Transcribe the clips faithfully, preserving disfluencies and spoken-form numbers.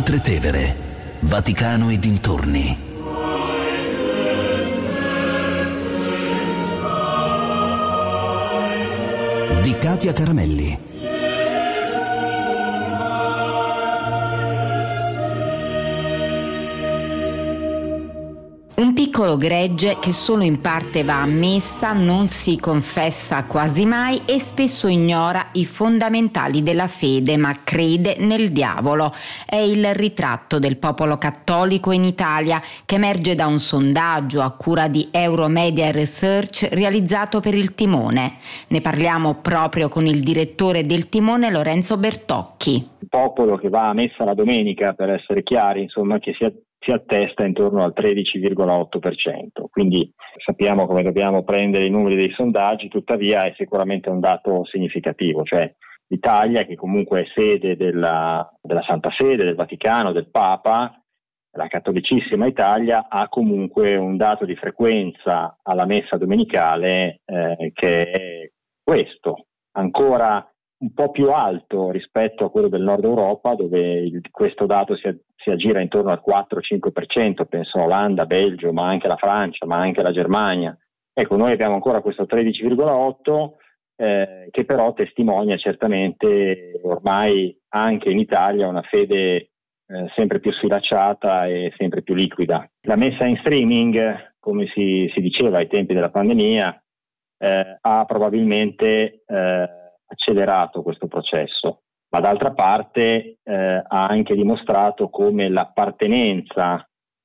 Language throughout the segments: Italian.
Oltre Tevere, Vaticano e dintorni. Di Katia Caramelli. Un piccolo gregge che solo in parte va a messa, non si confessa quasi mai e spesso ignora i fondamentali della fede, ma crede nel diavolo. È il ritratto del popolo cattolico in Italia che emerge da un sondaggio a cura di Euromedia Research realizzato per il Timone. Ne parliamo proprio con il direttore del Timone, Lorenzo Bertocchi. Il popolo che va a messa la domenica, per essere chiari, insomma, che si si attesta intorno al tredici virgola otto per cento, quindi sappiamo come dobbiamo prendere i numeri dei sondaggi, tuttavia è sicuramente un dato significativo, cioè l'Italia, che comunque è sede della, della Santa Sede, del Vaticano, del Papa, la cattolicissima Italia, ha comunque un dato di frequenza alla messa domenicale eh, che è questo, ancora un po' più alto rispetto a quello del nord Europa, dove il, questo dato si, si aggira intorno al quattro cinque per cento, penso Olanda, Belgio, ma anche la Francia, ma anche la Germania. Ecco, noi abbiamo ancora questo tredici virgola otto eh, che però testimonia certamente ormai anche in Italia una fede eh, sempre più sfilacciata e sempre più liquida. La messa in streaming, come si, si diceva ai tempi della pandemia, eh, ha probabilmente eh, accelerato questo processo, ma d'altra parte eh, ha anche dimostrato come l'appartenenza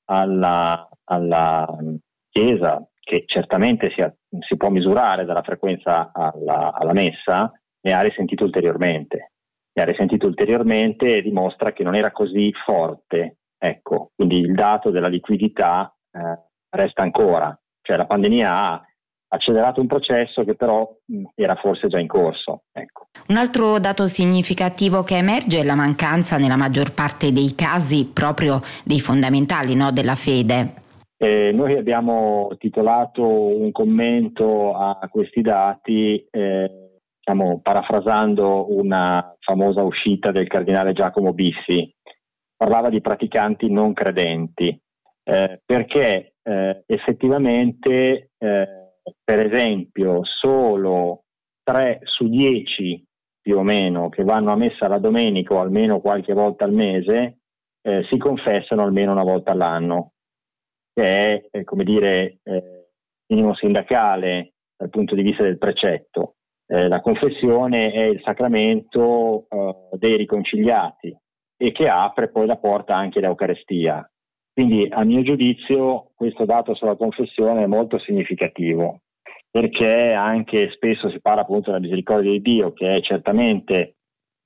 alla, alla Chiesa, che certamente si, si può misurare dalla frequenza alla, alla messa, ne ha risentito ulteriormente. Ne ha risentito ulteriormente e dimostra che non era così forte. Ecco, quindi il dato della liquidità eh, resta ancora. Cioè la pandemia ha accelerato un processo che però mh, era forse già in corso. Ecco. Un altro dato significativo che emerge è la mancanza nella maggior parte dei casi proprio dei fondamentali, no, della fede. Eh, noi abbiamo titolato un commento a questi dati eh, diciamo, parafrasando una famosa uscita del cardinale Giacomo Biffi. Parlava di praticanti non credenti eh, perché eh, effettivamente eh, per esempio solo tre su dieci più o meno che vanno a messa la domenica o almeno qualche volta al mese eh, si confessano almeno una volta all'anno, che è eh, come dire eh, minimo sindacale dal punto di vista del precetto. Eh, la confessione è il sacramento eh, dei riconciliati e che apre poi la porta anche all'Eucarestia. Quindi a mio giudizio questo dato sulla confessione è molto significativo, perché anche spesso si parla appunto della misericordia di Dio, che è certamente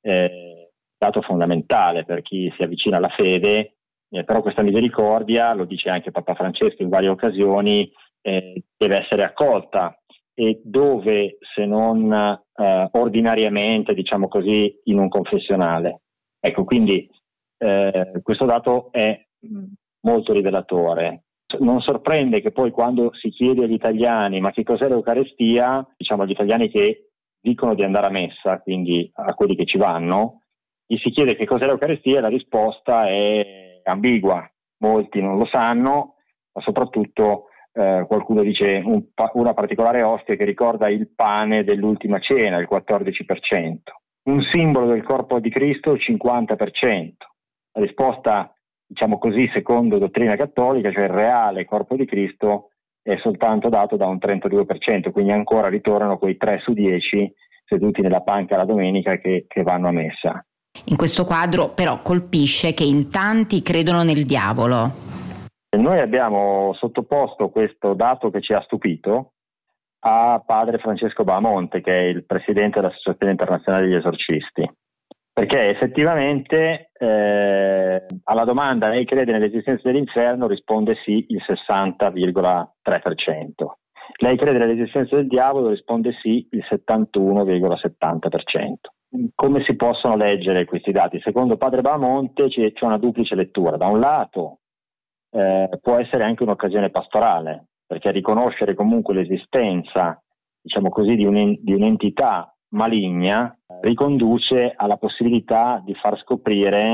eh, dato fondamentale per chi si avvicina alla fede, eh, però questa misericordia, lo dice anche Papa Francesco in varie occasioni, eh, deve essere accolta, e dove se non eh, ordinariamente, diciamo così, in un confessionale. Ecco, quindi eh, questo dato è molto rivelatore. Non sorprende che poi quando si chiede agli italiani ma che cos'è l'Eucarestia, diciamo agli italiani che dicono di andare a messa, quindi a quelli che ci vanno, gli si chiede che cos'è l'Eucarestia e la risposta è ambigua. Molti non lo sanno, ma soprattutto eh, qualcuno dice un, una particolare ostia che ricorda il pane dell'ultima cena, il quattordici per cento. Un simbolo del corpo di Cristo, il cinquanta per cento. La risposta, diciamo così, secondo dottrina cattolica, cioè il reale corpo di Cristo, è soltanto dato da un trentadue per cento, quindi ancora ritornano quei tre su dieci seduti nella panca la domenica che, che vanno a messa. In questo quadro però colpisce che in tanti credono nel diavolo. Noi abbiamo sottoposto questo dato che ci ha stupito a padre Francesco Bahamonte, che è il presidente dell'Associazione Internazionale degli Esorcisti. Perché effettivamente eh, alla domanda lei crede nell'esistenza dell'inferno risponde sì il sessanta virgola tre per cento. Lei crede nell'esistenza del diavolo risponde sì il settantuno virgola settanta per cento. Come si possono leggere questi dati? Secondo padre Bahamonte c'è, c'è una duplice lettura. Da un lato eh, può essere anche un'occasione pastorale, perché riconoscere comunque l'esistenza, diciamo così, di, un, di un'entità maligna riconduce alla possibilità di far scoprire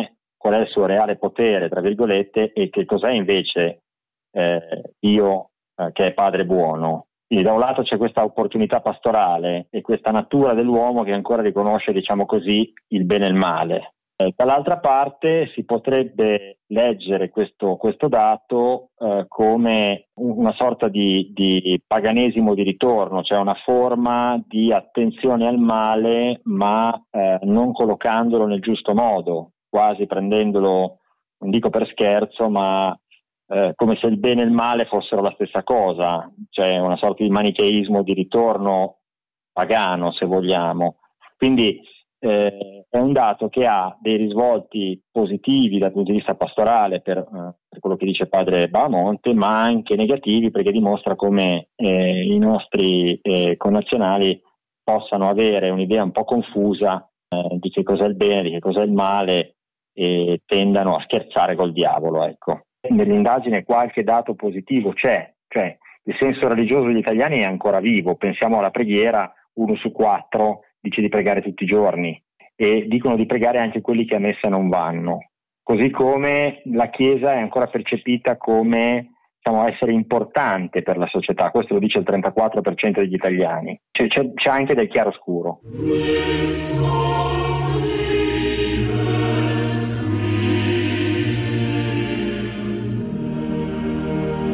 qual è il suo reale potere, tra virgolette, e che cos'è invece eh, Dio eh, che è padre buono. Quindi da un lato c'è questa opportunità pastorale e questa natura dell'uomo che ancora riconosce, diciamo così, il bene e il male. Eh, dall'altra parte si potrebbe leggere questo, questo dato eh, come una sorta di, di paganesimo di ritorno, cioè una forma di attenzione al male, ma eh, non collocandolo nel giusto modo, quasi prendendolo, non dico per scherzo, ma eh, come se il bene e il male fossero la stessa cosa, cioè una sorta di manicheismo di ritorno pagano, se vogliamo. Quindi eh, è un dato che ha dei risvolti positivi dal punto di vista pastorale per, eh, per quello che dice padre Bahamonte, ma anche negativi perché dimostra come eh, i nostri eh, connazionali possano avere un'idea un po' confusa eh, di che cos'è il bene, di che cos'è il male, e tendano a scherzare col diavolo, ecco. Nell'indagine qualche dato positivo c'è, cioè il senso religioso degli italiani è ancora vivo. Pensiamo alla preghiera, uno su quattro dice di pregare tutti i giorni e dicono di pregare anche quelli che a messa non vanno, così come la Chiesa è ancora percepita come, diciamo, essere importante per la società. Questo lo dice il trentaquattro per cento degli italiani. C'è, c'è, c'è anche del chiaroscuro.